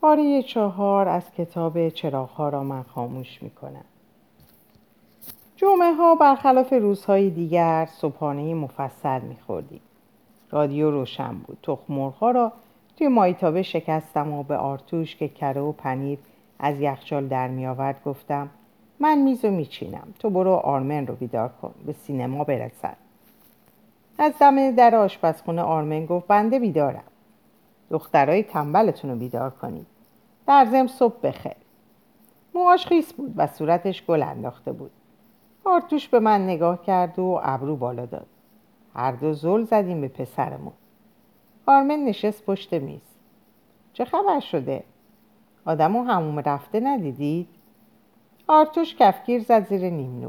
پاره 4 از کتاب چراغ‌ها را من خاموش می‌کنم. جمعه ها برخلاف روزهای دیگر صبحانه مفصل می‌خوردیم. رادیو روشن بود. تخم مرغ‌ها را توی مایتابه شکستم و به آرتوش که کره و پنیر از یخچال در می‌آورد گفتم من میزو میچینم، تو برو آرمن رو بیدار کن، به سینما برسن. از دم در آشپزخونه آرمن گفت بنده بیدارم. دخترای تنبلتون رو بیدار کنید. در ضمن صبح بخیر. موهاش خیس بود و صورتش گل انداخته بود. آرتوش به من نگاه کرد و ابرو بالا داد. هر دو زل زدیم به پسرمون. آرمن نشست پشت میز. چه خبر شده؟ آدمو حموم رفته ندیدید؟ آرتوش کفگیر زد زیر نیمنو.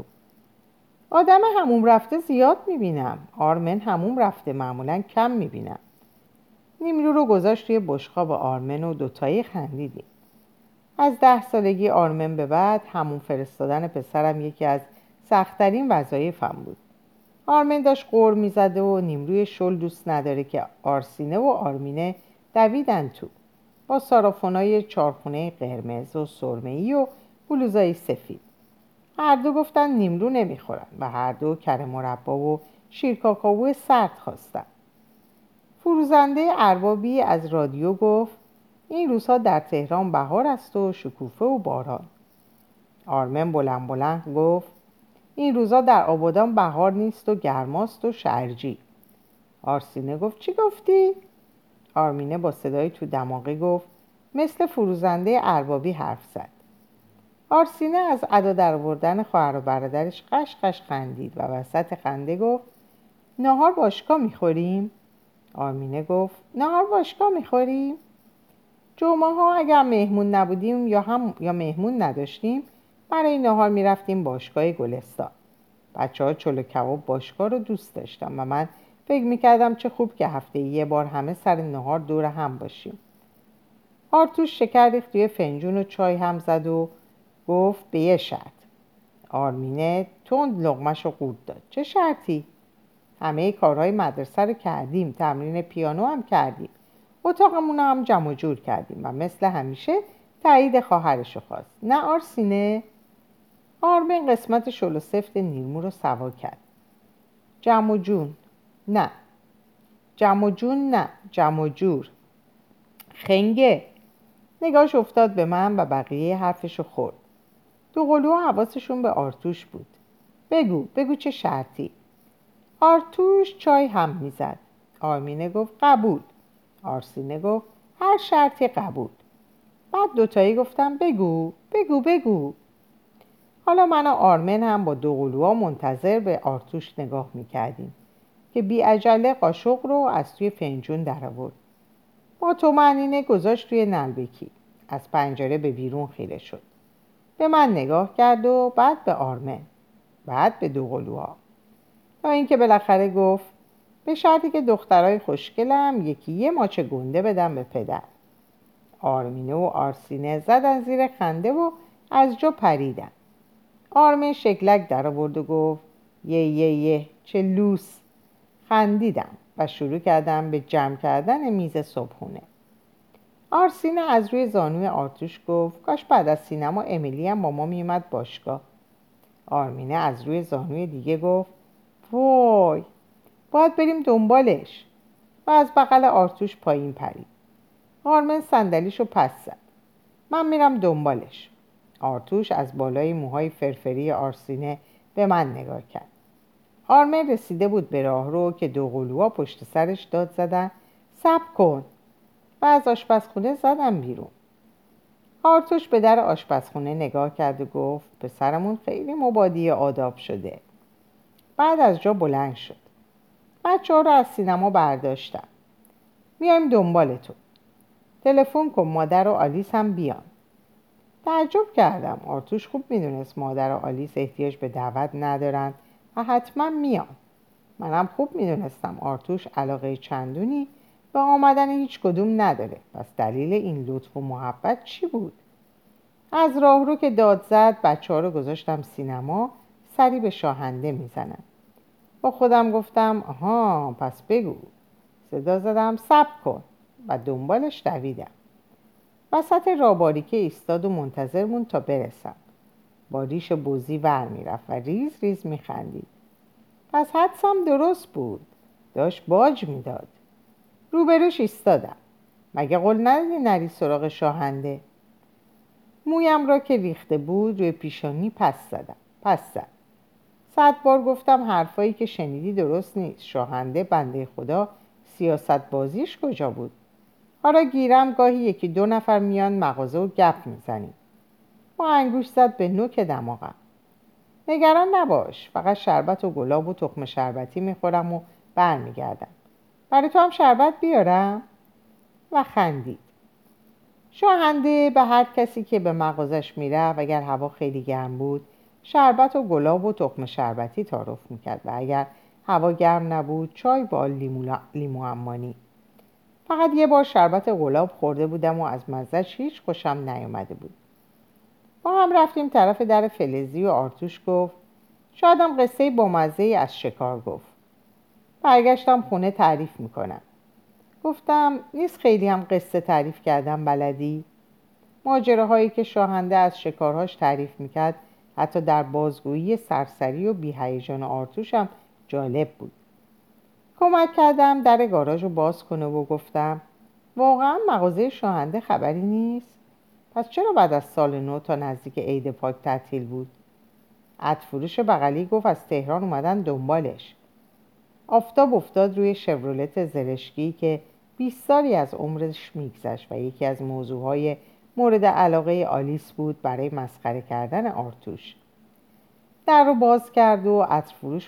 آدم حموم رفته زیاد میبینم. آرمن حموم رفته معمولا کم میبینم. نیمرو رو گذاشت توی بشقاب آرمن و دوتایی خندیدیم. از 10 سالگی آرمن به بعد حموم فرستادن پسرم یکی از سخت‌ترین وظایفم بود. آرمن داشت غر میزده و نیمروی شل دوست نداره که آرسینه و آرمینه دویدن تو با سارافونای چارخونه قرمز و سرمه‌ای و بلوزای سفید. هر دو گفتن نیمرو نمیخورن و هر دو کره مربا و شیر کاکائو سرد خواستن. فروزنده اربابی از رادیو گفت این روزها در تهران بهار است و شکوفه و باران. آرمن بلند بلند گفت این روزها در آبادان بهار نیست و گرماست و شرجی. آرسینه گفت چی گفتی؟ آرمینه با صدای تو دماغی گفت مثل فروزنده اربابی حرف زد. آرسینه از ادا در آوردن خواهر و برادرش قش قش خندید و وسط خنده گفت ناهار باشگاه میخوریم؟ آرمینه گفت ناهار باشگاه میخوریم؟ جمعه ها اگر مهمون نبودیم یا مهمون نداشتیم برای ناهار میرفتیم باشگاه گلستان. بچه ها چلو کباب باشگاه رو دوست داشتم و من فکر میکردم چه خوب که هفته یه بار همه سر ناهار دور هم باشیم. آرتوش شکر ریخت توی فنجون و چای هم زد و گفت به یه شرط. آرمینه تند لقمش رو قورت داد. چه شرطی؟ همه کارهای مدرسه رو کردیم، تمرین پیانو هم کردیم، اتاقمون هم جمع جور کردیم و مثل همیشه تایید خواهرشو خواست. نه آرسینه؟ آرمین قسمت شل و سفت نیمو رو سوا کرد. جمع جون نه، جمع جون نه، جمع جور. خنگه. نگاش افتاد به من و بقیه حرفشو خورد. دو قلوها حواسشون به آرتوش بود. بگو چه شرطی؟ آرتوش چای هم میزد. آرمینه گفت قبول. آرسینه گفت هر شرطی قبول. بعد دوتایی گفتم بگو. حالا من و آرمن هم با دو قلوها منتظر به آرتوش نگاه میکردیم که بی عجله قاشق رو از توی فنجون در آورد. با طمأنینه گذاشت توی نلبکی. از پنجره به بیرون خیره شد. به من نگاه کرد و بعد به آرمن. بعد به دو قلوها. تا اینکه بالاخره گفت به شرطی که دخترای خوشگلم یکی یه ماچ گنده بدم به پدر. آرمینه و آرسینه زدن زیر خنده و از جا پریدن. آرمین شکلک در آورد و گفت یه چه لوس. خندیدم و شروع کردم به جمع کردن میز صبحونه. آرسینه از روی زانوی آرتوش گفت کاش بعد از سینما امیلی هم با ما میومد باشگاه. آرمینه از روی زانوی دیگه گفت وای باید بریم دنبالش و از بغل آرتوش پایین پرید. آرمن صندلیشو پس زد. من میرم دنبالش. آرتوش از بالای موهای فرفری آرسینه به من نگاه کرد. آرمن رسیده بود به راهرو که دو قلوها پشت سرش داد زدن صبر کن و از آشپزخونه زدم بیرون. آرتوش به در آشپزخونه نگاه کرد و گفت پسرمون خیلی مبادی آداب شده. بعد از جا بلند شد. بچه‌ها رو از سینما برداشتم. میایم دنبالتون. تلفن کن مادر و آلیس هم بیان. تعجب کردم. آرتوش خوب میدونست مادر و آلیس احتیاج به دعوت ندارن و حتما میان. منم خوب میدونستم آرتوش علاقه چندونی به آمدن هیچ کدوم نداره. پس دلیل این لطف و محبت چی بود؟ از راهرو که داد زد بچه‌ها رو گذاشتم سینما سری به شاهنده میزنن. با خودم گفتم آها پس بگو. صدا زدم صبر کن و دنبالش دویدم. وسط راباریکه ایستاد و منتظر موند تا برسم. با ریش بزی ور میرفت و ریز ریز میخندید. پس حدسم درست بود. داشت باج میداد. روبروش ایستادم. مگه قول ندادی نری سراغ شاهنده؟ مویم را که ریخته بود روی پیشانی پس زد. 100 بار گفتم حرفایی که شنیدی درست نیست. شاهنده بنده خدا سیاست بازیش کجا بود؟ حالا گیرم گاهی 1-2 نفر میان مغازه و گپ میزنیم. با انگوش زد به نوک دماغم. نگران نباش، فقط شربت و گلاب و تخم شربتی میخورم و برمیگردم. برای تو هم شربت بیارم؟ و خندید. شاهنده به هر کسی که به مغازش میرفت اگر هوا خیلی گرم بود شربت و گلاب و تخم شربتی تعارف میکرد و اگر هوا گرم نبود چای با لیمو عمانی. فقط یه بار شربت گلاب خورده بودم و از مزهش هیچ خوشم نیامده بود. با هم رفتیم طرف در فلزی و آرتوش گفت شایدم قصه بامزه‌ای از شکار گفت. برگشتم خونه تعریف میکنم. گفتم نیست خیلی هم قصه تعریف کردم بلدی؟ ماجراهایی که شاهنده از شکارهاش تعریف میکرد حتی در بازگویی سرسری و بی‌هیجان آرتوش هم جالب بود. کمک کردم در گاراژ رو باز کنه و گفتم واقعا مغازه شاهنده خبری نیست؟ پس چرا بعد از سال نو تا نزدیک عید پاک تعطیل بود؟ عطرفروش بغلی گفت از تهران اومدن دنبالش. آفتاب افتاد روی شورولت زرشکی که 20 سالی از عمرش میگذشت و یکی از موضوعهای مورد علاقه آلیس بود برای مسخره کردن آرتوش. در رو باز کرد و عطرفروش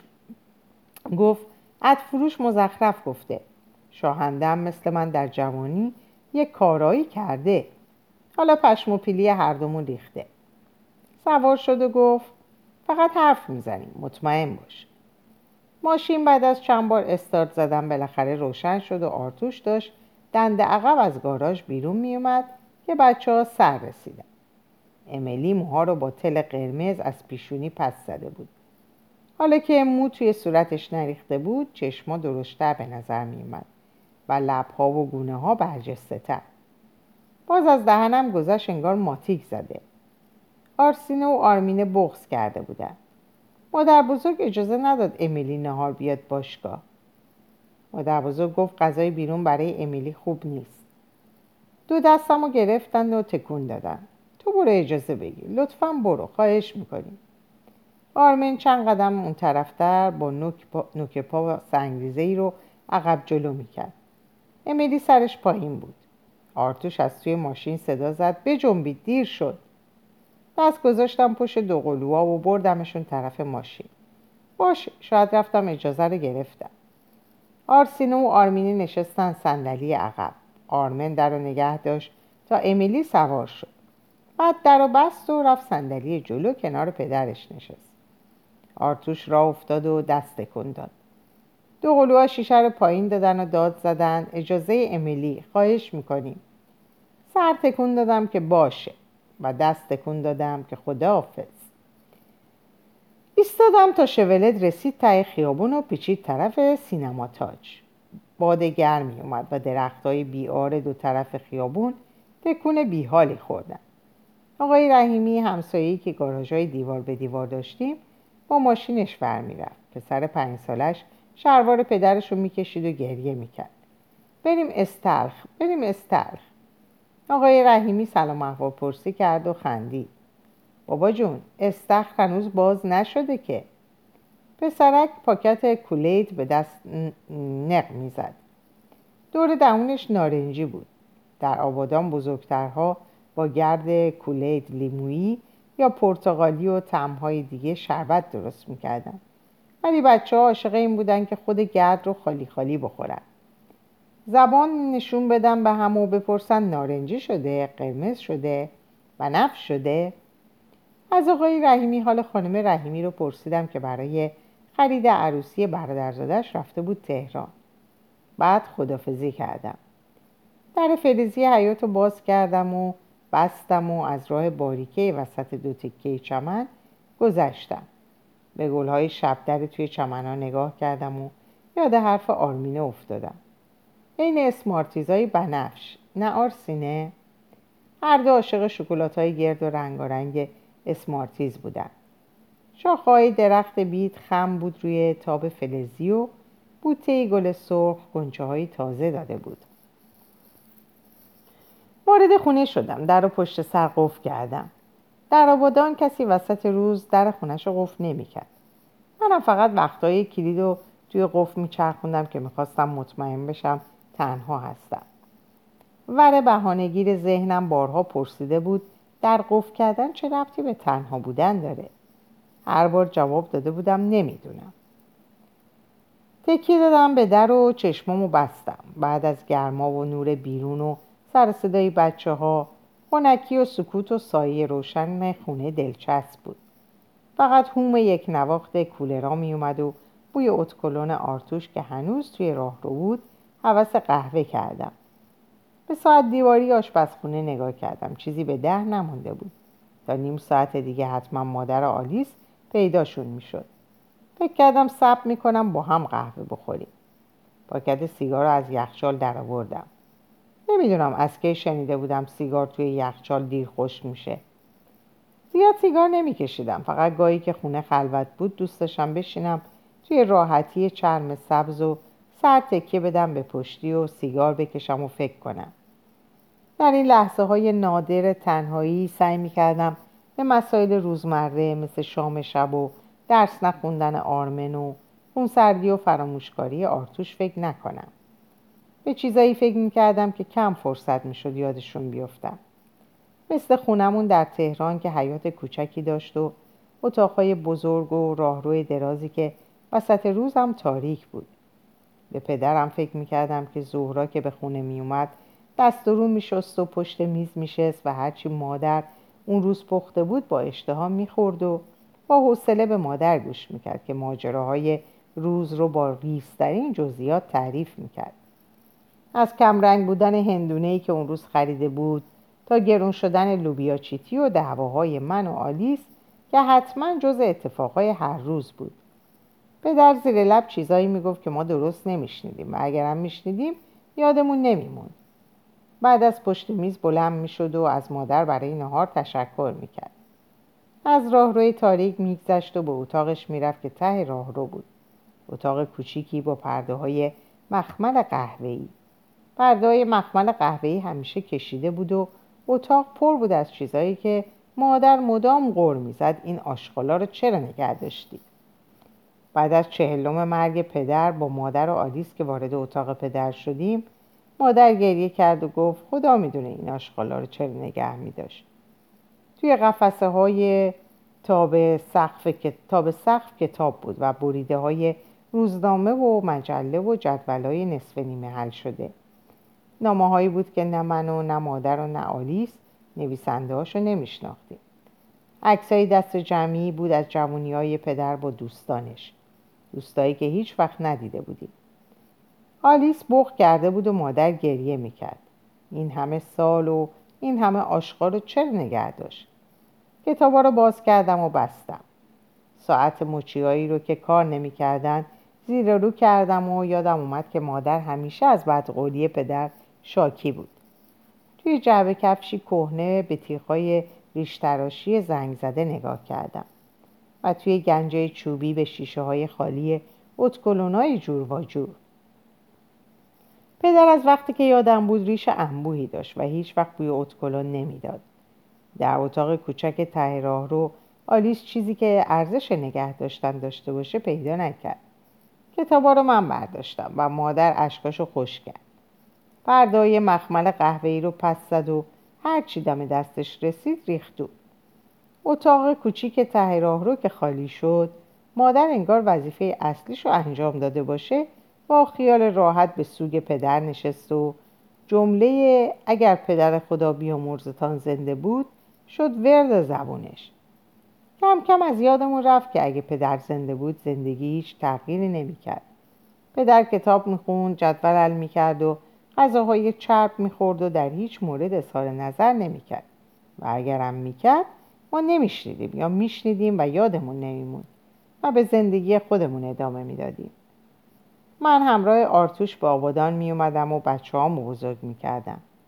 گفت عطرفروش مزخرف گفته. شاهنده هم مثل من در جوانی یک کارایی کرده. حالا پشم و پیلی هر دومون ریخته. سوار شد و گفت فقط حرف میزنیم، مطمئن باش. ماشین بعد از چند بار استارت زدن بالاخره روشن شد و آرتوش داشت دنده عقب از گاراژ بیرون میومد که بچه‌ها سر رسیدن. امیلی موها رو با تل قرمز از پیشونی پس زده بود. حالا که مو توی صورتش نریخته بود چشما درشتر به نظر میومد و لب‌ها و گونه‌ها برجسته‌تر. باز از دهنم گذشت انگار ماتیک زده. آرسینه و آرمینه بغض کرده بودن. مادر بزرگ اجازه نداد امیلی نهار بیاد باشگاه. مادر بزرگ گفت غذای بیرون برای امیلی خوب نیست. 2 دستمو گرفتن و تکون دادن. تو برو اجازه بگیر. لطفاً برو. خواهش میکنیم. آرمین چند قدم اون طرفتر با نوک پا سنگریزه‌ای رو عقب جلو میکرد. امیلی سرش پایین بود. آرتوش از توی ماشین صدا زد بجنبید دیر شد. دست گذاشتم پشت دوقلوها و بردمشون طرف ماشین. باشه شاید رفتم اجازه رو گرفتم. آرسینو و آرمینی نشستن صندلی عقب. آرمن در رو نگه داشت تا امیلی سوار شد. بعد در رو بست و رفت صندلی جلو کنار پدرش نشست. آرتوش راه افتاد و دست تکون داد. دوقلوها شیشه رو پایین دادن و داد زدن اجازه امیلی خواهش میکنیم. سر تکون دادم که باشه و دست تکون دادم که خداحافظ. ایستادم تا شولت رسید ته خیابون و پیچید طرف سینما تاج. باد گرمی اومد و درختای بیار 2 طرف خیابون تکون بیحالی خوردن. آقای رحیمی همسایه‌ای که گاراژهای دیوار به دیوار داشتیم با ماشینش برمی‌رفت. پسر 5 سالش شلوار پدرش رو میکشید و گریه میکرد. بریم استلخ. آقای رحیمی سلام احوالپرسی کرد و خندید. بابا جون استخر هنوز باز نشده که. پسرک پاکت کولید به دست نق میزد. دور دهونش نارنجی بود. در آبادان بزرگترها با گرد کولید لیمویی یا پرتقالی و طعم‌های دیگه شربت درست میکردن. ولی بچه‌ها عاشق این بودن که خود گرد رو خالی خالی بخورن. زبان نشون بدن به هم و بپرسن نارنجی شده، قرمز شده، بنفش شده. از آقای رحیمی حال خانم رحیمی رو پرسیدم که برای خرید عروسی برادرزادش رفته بود تهران. بعد خدافزی کردم. در فلزی حیاط رو باز کردم و بستم و از راه باریکه وسط 2 تکه چمن گذشتم. به گلهای شبدر توی چمن‌ها نگاه کردم و یاد حرف آرمینه افتادم. این اسمارتیزای بنفش، نه آرسینه؟ هر دو عاشق شکلات‌های گرد و رنگارنگ اسمارتیز بودند. شاخه‌های درخت بید خم بود روی تاب فلزی و بوته گل سرخ غنچه‌های تازه داده بود. وارد خونه شدم. در رو پشت سر قفل کردم. در آبادان کسی وسط روز در خونش رو قفل نمی‌کرد. منم فقط وقتایی کلید رو توی قفل میچرخوندم که میخواستم مطمئن بشم تنها هستم. ور بهانه‌گیر ذهنم بارها پرسیده بود در قفل کردن چه ربطی به تنها بودن داره؟ هر بار جواب داده بودم نمیدونم. تکیه دادم به در و چشمامو بستم. بعد از گرما و نور بیرون و سر صدای بچه‌ها، خنکی و سکوت و سایه روشن خونه دلچسب بود. فقط هوم یک نواخت کولرا می اومد و بوی اتکلون آرتوش که هنوز توی راهرو بود هوس قهوه کردم. به ساعت دیواری آشپزخونه نگاه کردم. چیزی به ده نمونده بود. تا نیم ساعت دیگه حتما مادر آلیس پیداشون میشد. فکر کردم صبر میکنم با هم قهوه بخوریم. پاکت سیگار رو از یخچال درآوردم. نمیدونم از کی شنیده بودم سیگار توی یخچال دیر خشک میشه. زیاد سیگار نمیکشیدم. فقط گاهی که خونه خلوت بود دوست داشتم بشینم توی راحتی چرم سبز و سر تکیه بدم به پشتی و سیگار بکشم و فکر کنم. در این لحظه های نادر تنهایی سعی میکردم به مسائل روزمره مثل شام شب و درس نخوندن آرمن و خونسردی و فراموشکاری آرتوش فکر نکنم. به چیزایی فکر میکردم که کم فرصت میشد یادشون بیفتم. مثل خونمون در تهران که حیاط کوچکی داشت و اتاقهای بزرگ و راهروی درازی که وسط روز هم تاریک بود. به پدرم فکر میکردم که ظهرا که به خونه میومد دست و رو میشست و پشت میز میشست و هرچی مادر اون روز پخته بود با اشتها میخورد و با حوصله به مادر گوش میکرد که ماجراهای روز رو با ریزترین جزئیات تعریف میکرد. از کمرنگ بودن هندونه‌ای که اون روز خریده بود تا گرون شدن لوبیا چیتی و دعواهای من و آلیس که حتما جز اتفاقای هر روز بود. پدر زیر لب چیزایی میگفت که ما درست نمیشنیدیم و اگرم میشنیدیم یادمون نمیمون. بعد از پشت میز بلند میشد و از مادر برای نهار تشکر میکرد. از راهروی تاریک میگذشت و به اتاقش میرفت که ته راهرو بود. اتاق کوچیکی با پرده‌های مخمل قهوه‌ای. پرده‌های مخمل قهوه‌ای همیشه کشیده بود و اتاق پر بود از چیزایی که مادر مدام غر میزد این آشغالا رو چرا نگه داشتی؟ بعد از 40م مرگ پدر با مادر و آلیس که وارد اتاق پدر شدیم، مادر گریه کرد و گفت خدا میدونه این آشغالا رو چرا نگه میداشت. توی قفسه های تاب سقف کتاب بود و بریده های روزنامه و مجله و جدولای نصف نیمه حل شده. نامه هایی بود که نه من و نه مادر و نه آلیس نویسنده هاشو نمیشناختیم. عکسای دست جمعی بود از جوونی های پدر با دوستانش. دوستایی که هیچ وقت ندیده بودیم. آلیس بغض کرده بود و مادر گریه میکرد. این همه سال و این همه آشغال رو چرا نگه داشت؟ کتابا رو باز کردم و بستم. ساعت مچیایی رو که کار نمیکردن زیر رو کردم و یادم اومد که مادر همیشه از بدقولی پدر شاکی بود. توی جعبه کفشی کهنه به تیغ‌های ریش تراشی زنگ زده نگاه کردم و توی گنجه چوبی به شیشه‌های خالی اتکلونای جور و جور. پدر از وقتی که یادم بود ریش انبوهی داشت و هیچ وقت بوی اتکلون نمیداد. در اتاق کوچک ته راهرو آلیس چیزی که ارزش نگه داشتن داشته باشه پیدا نکرد. کتابا رو من برداشتم و مادر اشکاشو خشک کرد. پرده‌های مخمل قهوه‌ای رو پس زد و هر چی دم دستش رسید ریخت. اتاق کوچیک ته راهرو که خالی شد، مادر انگار وظیفه اصلیشو انجام داده باشه با خیال راحت به سوگ پدر نشست و جمله اگر پدر خدا بیامرزتان زنده بود شد ورد زبونش. کم کم از یادمون رفت که اگه پدر زنده بود زندگی هیچ تغییری نمی‌کرد. پدر کتاب می‌خوند، جدول حل می‌کرد و غذاهای چرب می‌خورد و در هیچ مورد اظهار نظر نمی‌کرد. و اگرم می‌کرد ما نمی‌شنیدیم یا می‌شنیدیم و یادمون نمی‌موند و به زندگی خودمون ادامه میدادیم. من همراه آرتوش به آبادان میومدم و بچه‌هامو بزرگ میکردم.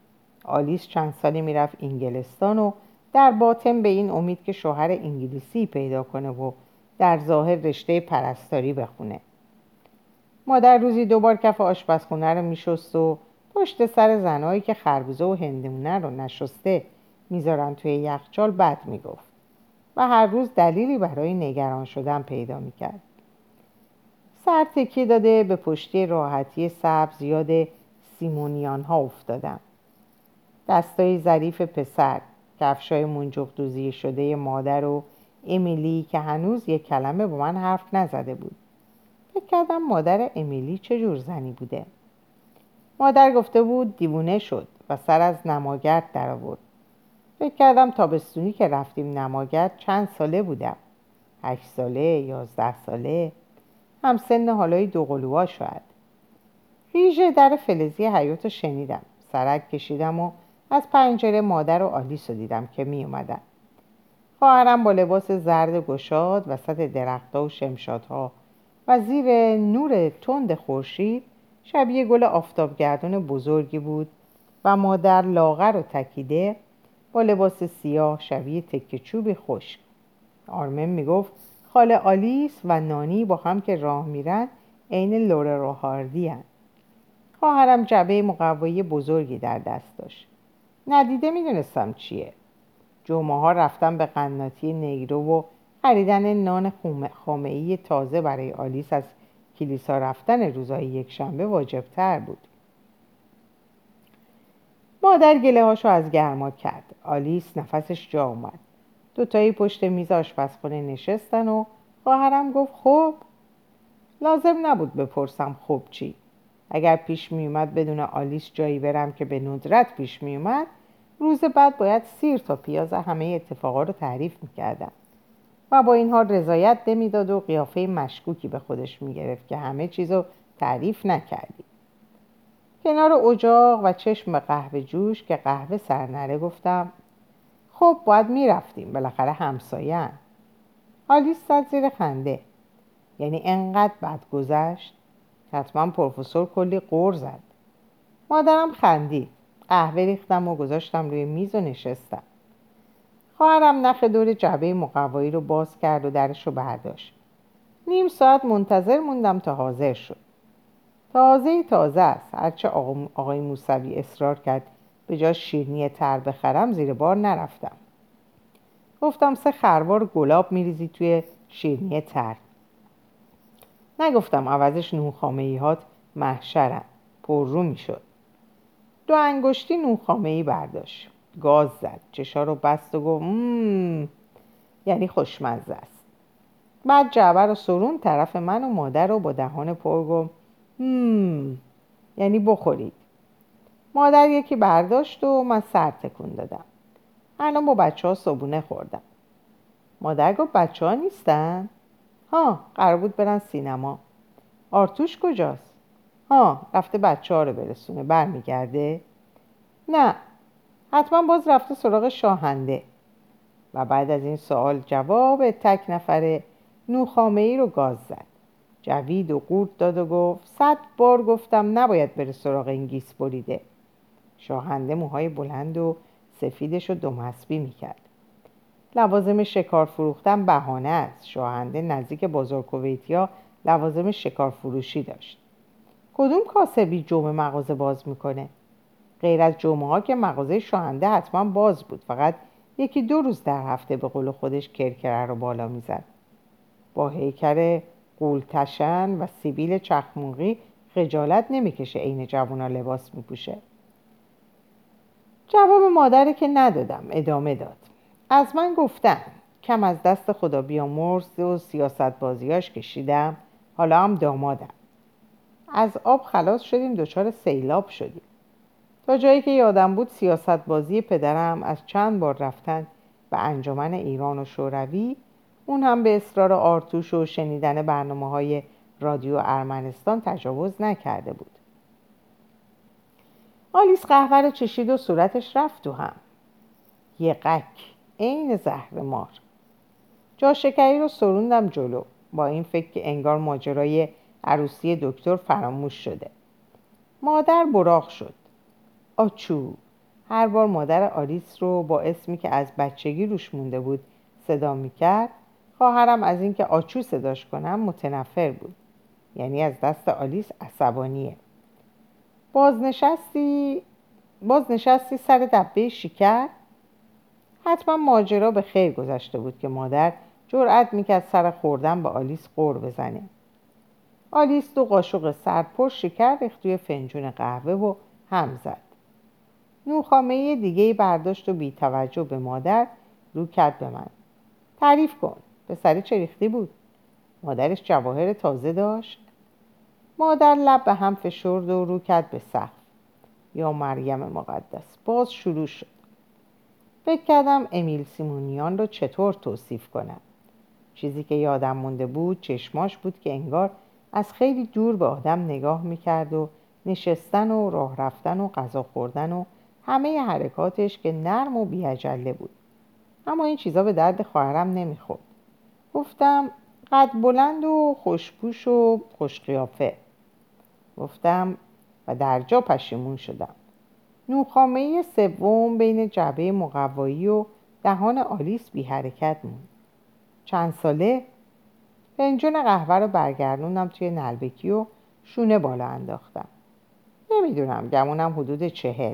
آلیس چند سالی میرفت انگلستان و در باطن به این امید که شوهر انگلیسی پیدا کنه و در ظاهر رشته پرستاری بخونه. مادر روزی 2 بار کف آشپزخونه رو میشست و پشت سر زنایی که خربوزه و هندونه رو نشسته میذارن توی یخچال بد میگفت و هر روز دلیلی برای نگران شدن پیدا میکرد. سر تکیه داده به پشتی راحتی سبز یاد سیمونیان ها افتادم. دستای ظریف پسر، کفشای منجق دوزی شده مادر و امیلی که هنوز یک کلمه با من حرف نزده بود. فکر کردم مادر امیلی چه جور زنی بوده. مادر گفته بود دیوونه شد و سر از نماگرد در آورد. فکر کردم تابستونی که رفتیم نماگرد چند ساله بودم. 8 ساله، 11 ساله، هم سن حالای دوقلوها شاید. ریژه در فلزی حیاط شنیدم. سرک کشیدم و از پنجره مادر و آلیس رو دیدم که می اومدن. خواهرم با لباس زرد گشاد وسط درخت‌ها و شمشادها و زیر نور تند خورشید شبیه گل آفتابگردان بزرگی بود و مادر لاغر و تکیده با لباس سیاه شبیه تکه چوبی خشک. آرمن میگفت خاله آلیس و نانی با هم که راه میرن عین لوره و هاردی هن. خواهرم جعبه مقوایی بزرگی در دست داشت. ندیده میدونستم چیه. جمعه ها رفتم به قناطی نیرو و خریدن نان خامه‌ای تازه برای آلیس از کلیسا رفتن روزهای یک شنبه واجب تر بود. مادر گله هاشو از گرما کرد. آلیس نفسش جا اومد. 2 تایی پشت میز آشپزخونه نشستن و خواهرم گفت خب. لازم نبود بپرسم خب چی. اگر پیش می اومد بدون آلیس جایی برم که به ندرت پیش می اومد، روز بعد باید سیر تا پیاز همه اتفاقا رو تعریف میکردم و با این حال رضایت نمیداد و قیافه مشکوکی به خودش میگرفت که همه چیزو تعریف نکردی. کنار اجاق و چشم به قهوه جوش که قهوه سر نره گفتم خب باید میرفتیم، بالاخره همسایه‌ان. آلیس زد زیر خنده. یعنی انقدر بد گذشت؟ حتما پروفسور کلی غر زد. مادرم خندید. قهوه ریختم و گذاشتم روی میز و نشستم. خواهرم نخ دور جعبه مقوایی رو باز کرد و درش رو برداشت. 1/2 ساعت منتظر موندم تا حاضر شد. تازه است. هرچه آقای موسوی اصرار کرد به جای شیرینی تر بخرم زیر بار نرفتم. گفتم 3 خروار گلاب میریزی توی شیرینی تر. نگفتم عوضش نونخامه‌ای هات محشرن. پر رو میشد. 2 انگشتی نونخامه‌ای برداشت. گاز زد. چشا رو بست و گفت یعنی خوشمزه است. بعد جعبه رو سرون طرف من و مادر رو با دهان پر گفت یعنی بخورید. مادر یکی برداشت و من سر تکون دادم. الان با بچه‌ها صبحونه خوردم. مادر گفت بچه‌ها نیستن؟ ها، قرار بود برن سینما. آرتوش کجاست؟ ها، رفته بچه‌ها رو برسونه. برمیگرده؟ نه، حتما باز رفته سراغ شاهنده. و بعد از این سوال جواب تک نفره نونخامه‌ای رو گاز زد. جوید و قورت داد و گفت 100 بار گفتم نباید بره سراغ این گیس بریده. شاهنده موهای بلند و سفیدش رو دومسبی میکرد. لوازم شکار فروختن بهانه است. شاهنده نزدیک بازار کویتیا لوازم شکار فروشی داشت. کدوم کاسبی جمعه مغازه باز میکنه؟ غیر از جمعه ها که مغازه شاهنده حتما باز بود، فقط 1-2 روز در هفته به قول خودش کرکره رو بالا میزد. با هیکل قولتشن و سیبیل چخموقی خجالت نمیکشه عین جوونا لباس میپوشه. جواب مادره که ندادم. ادامه داد. از من گفتن کم از دست خدا بیامرز و سیاست بازیاش کشیدم، حالا هم دامادم. از آب خلاص شدیم، دچار سیلاب شدیم. تا جایی که یادم بود سیاست بازی پدرم از چند بار رفتن به انجمن ایران و شوروی، اون هم به اصرار آرتوش و شنیدن برنامه‌های رادیو ارمنستان تجاوز نکرده بود. آلیس قهوه رو چشید و صورتش رفت تو هم. یه قک عین زهر مار. جا شکری رو سروندم جلو با این فکر که انگار ماجرای عروسی دکتر فراموش شده. مادر براق شد. آچو، هر بار مادر آلیس رو با اسمی که از بچگی روش مونده بود صدا میکرد، خواهرم از اینکه آچو صداش کنم متنفر بود. یعنی از دست آلیس عصبانیه. بازنشستی سر دبه شکر؟ حتما ماجرا به خیر گذشته بود که مادر جرأت میکرد سر خوردن به آلیس غر بزنه. آلیس 2 قاشق سرپر شکر ریخت توی فنجون قهوه و هم زد. نونخامه دیگه‌ای برداشت و بی توجه به مادر رو کرد به من. تعریف کن. پسری چه ریختی بود؟ مادرش جواهر تازه داشت؟ مادر لب به هم فشرد و رو کرد به سقف. یا مریم مقدس، باز شروع شد. فکر کردم امیل سیمونیان رو چطور توصیف کنم. چیزی که یادم مونده بود چشماش بود که انگار از خیلی دور به آدم نگاه میکرد و نشستن و راه رفتن و غذا خوردن و همه حرکاتش که نرم و بی‌عجله بود. اما این چیزا به درد خواهرم نمیخورد. گفتم قد بلند و خوشپوش و خوشقیافه. گفتم و در جا پشیمون شدم. نونخامه سوم بین جعبه مقوایی و دهان آلیس بی حرکت موند. چند ساله؟ فنجان قهوه رو برگردوندم توی نلبکی و شونه بالا انداختم. نمیدونم، گمونم حدود 40.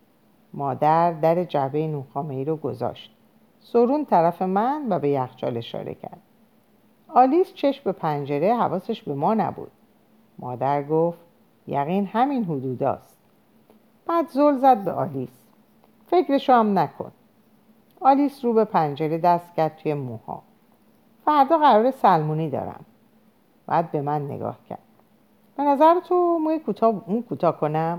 مادر در جعبه نونخامه‌ای رو گذاشت. سرون طرف من و به یخچال اشاره کرد. آلیس چشم به پنجره، حواسش به ما نبود. مادر گفت یقین همین حدوداست. بعد زل زد به آلیس. فکرشو هم نکن. آلیس رو به پنجره دست کرد توی موها. فردا قرار سلمونی دارم. بعد به من نگاه کرد. به نظر تو مو کوتاه کنم؟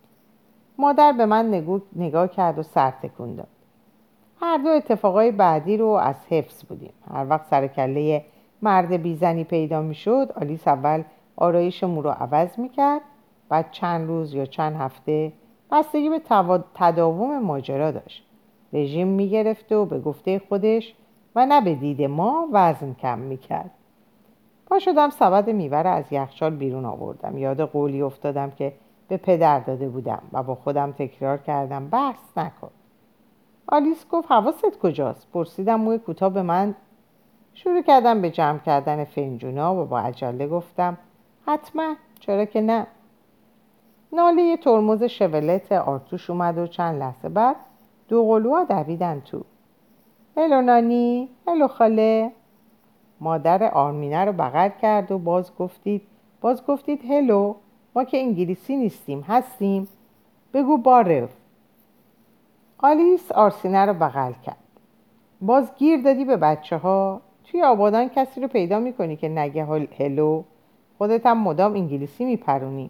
مادر به من نگاه کرد و سر تکون داد. هر دو اتفاقای بعدی رو از حفظ بودیم. هر وقت سر کله مرد بیزنی پیدا می شد، آلیس اول آرایش مو رو عوض می کرد. بعد چند روز یا چند هفته بستگی به تداوم ماجرا داشت. رژیم می گرفت و به گفته خودش و نه به دید ما وزن کم می کرد. پا شدم سبد میوه رو از یخچال بیرون آوردم. یاد قولی افتادم که به پدر داده بودم و با خودم تکرار کردم بحث نکن. آلیس گفت حواست کجاست؟ پرسیدم موی کوتاه به من. شروع کردم به جمع کردن فنجونا و با عجله گفتم حتما، چرا که نه. ناله ترمز شولت آرتوش اومد و چند لحظه بعد 2 قلوها دویدن تو. هلو نانی، هلو خاله. مادر آرمینه رو بغل کرد و باز گفتید هلو. ما که انگلیسی نیستیم، هستیم. بگو بارو. آلیس آرسینه رو بغل کرد. باز گیر دادی به بچه ها؟ توی آبادان کسی رو پیدا میکنی که نگه هلو؟ خودت هم مدام انگلیسی میپرونی.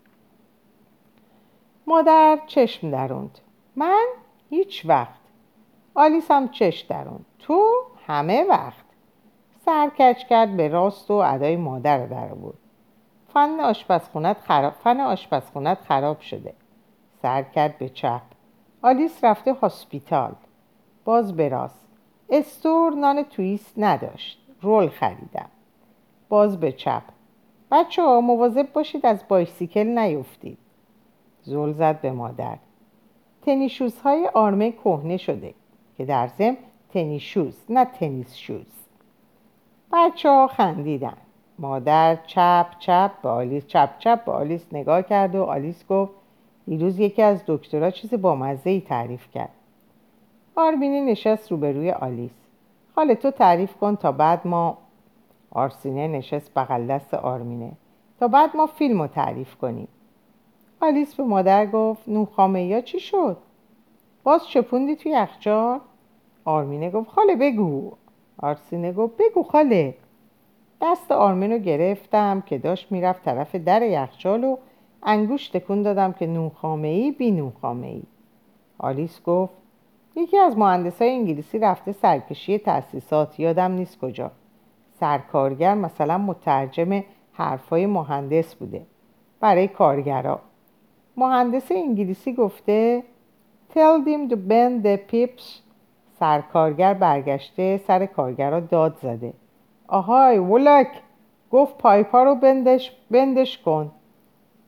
مادر چشم دروند. من؟ هیچ وقت. آلیس هم چشم دروند. تو؟ همه وقت. سر کج کرد به راست و ادای مادر رو در آورد. فن آشپزخونت خراب شده. سر کرد به چپ. آلیس رفته هاسپیتال. باز به راست. استور نان تویست نداشت. رول خریدم. باز به چپ. بچه ها مواظب باشید از بایسیکل نیفتید. زل زد به مادر. تنیشوزهای آرمه کهنه شده که در ضمن تنیشوز نه تنیس شوز. بچه ها خندیدن. مادر چپ چپ به آلیس نگاه کرد و آلیس گفت دیروز یکی از دکترها چیز بامزه‌ای تعریف کرد. آرمینه نشست روبروی آلیس. حالا تو تعریف کن تا بعد ما. آرسینه نشست بغل دست آرمینه. تا بعد ما فیلمو تعریف کنیم. آلیس به مادر گفت نونخامه‌یا چی شد؟ باز چپوندی توی یخچال؟ آرمینه گفت خاله بگو. آرسینه گفت بگو خاله. دست آرمین رو گرفتم که داشت میرفت طرف در یخچال و انگوش تکون دادم که نونخامه‌ای بی نونخامه‌ای. آلیس گفت یکی از مهندسای انگلیسی رفته سرکشی تأسیسات، یادم نیست کجا. سرکارگر مثلا مترجم حرفای مهندس بوده برای کارگرا. مهندس انگلیسی گفته Tell them to bend the pips. سرکارگر برگشته سر کارگرا داد زده. آهای ولک، گفت پایپا رو بندش کن.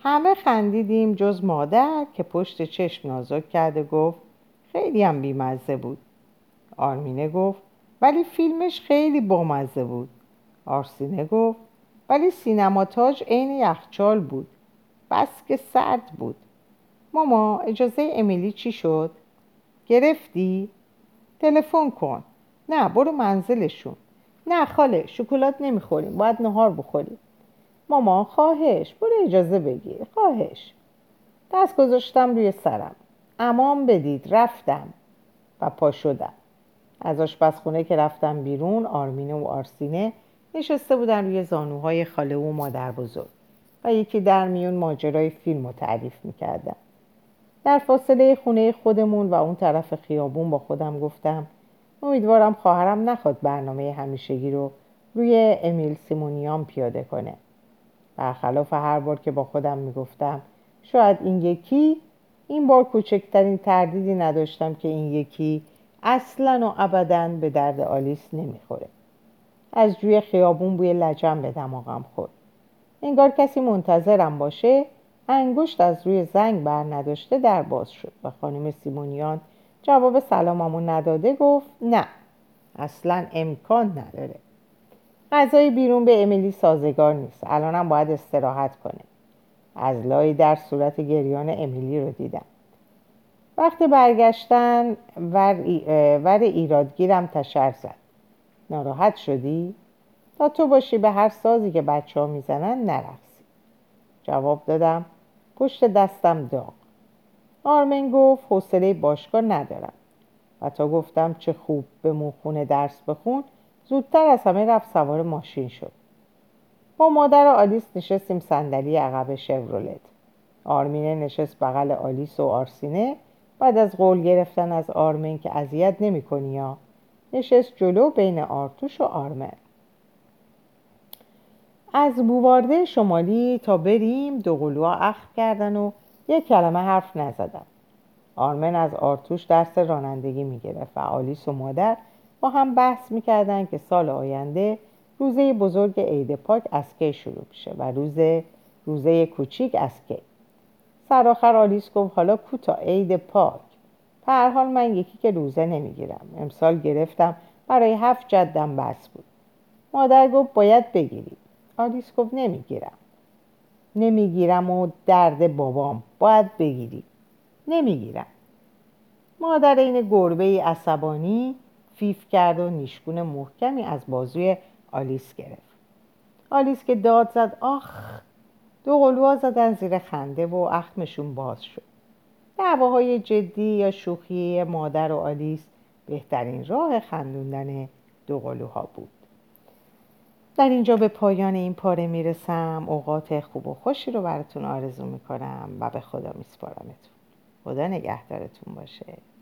همه خندیدیم جز مادر که پشت چشم نازک کرده گفت خیلی هم بیمزه بود. آرمینه گفت ولی فیلمش خیلی بامزه بود. آرسینه گفت ولی سینما تاج عین یخچال بود. بس که سرد بود. ماما اجازه امیلی چی شد؟ گرفتی؟ تلفن کن. نه برو منزلشون. نه خاله شکلات نمیخوریم، باید نهار بخوریم. ماما خواهش برو اجازه بگیر، خواهش. دست گذاشتم روی سرم. امان بدید رفتم و پا شدم. از آشپزخونه که رفتم بیرون، آرمینه و آرسینه نشسته بودن روی زانوهای خاله و مادر بزرگ و یکی در میون ماجرای فیلم رو تعریف میکردم. در فاصله خونه خودمون و اون طرف خیابون با خودم گفتم امیدوارم خواهرم نخواد برنامه همیشگی رو روی امیل سیمونیان پیاده کنه. برخلاف هر بار که با خودم میگفتم شاید این بار کوچکترین تردیدی نداشتم که این یکی اصلاً و ابداً به درد آلیس نمیخوره. از جوی خیابون بوی لجن به دماغم خورد. انگار کسی منتظرم باشه. انگشت از روی زنگ بر نداشته در باز شد و خانم سیمونیان جواب سلاممو نداده گفت نه اصلاً امکان نداره. غذای بیرون به امیلی سازگار نیست. الانم باید استراحت کنه. از لای در صورت گریان امیلی رو دیدم. وقتی برگشتن ور ایرادگیرم تشر زد. ناراحت شدی؟ تا تو باشی به هر سازی که بچه ها میزنن نرقصی. جواب دادم پشت دستم داغ. آرمین گفت حوصله باشگاه ندارم و تا گفتم چه خوب به موخونه درس بخون زودتر از همه رفت سوار ماشین شد. با مادر آلیس نشستیم صندلی عقب شورولت. آرمینه نشست بغل آلیس و آرسینه. بعد از قول گرفتن از آرمین که اذیت نمی‌کنی یا نشست جلو بین آرتوش و آرمن. از بووارده شمالی تا بریم دوقلوها اخم کردن و یک کلمه حرف نزدن. آرمن از آرتوش درس رانندگی می‌گرفت و آلیس و مادر با هم بحث می‌کردن که سال آینده روزه بزرگ عید پاک از کی شروع میشه و روزه کوچیک از کی. سرآخر آلیس گفت حالا کوتا عید پاک. به هر حال من یکی که روزه نمیگیرم. امسال گرفتم برای 7 جدم بس بود. مادر گفت باید بگیری. آلیس گفت نمیگیرم و درد بابام باید بگیری. نمیگیرم. مادر این گربه عصبانی فیف کرد و نیشگون محکمی از بازوی آلیس گرفت. آلیس که داد زد آخ. دوقلوها زدن زیر خنده و اخمشون باز شد. دعواهای جدی یا شوخی مادر و آلیس بهترین راه خندوندن دوقلوها بود. در اینجا به پایان این پاره میرسم. اوقات خوب و خوشی رو براتون آرزو میکنم و به خدا میسپارمتون. خدا نگهدارتون باشه.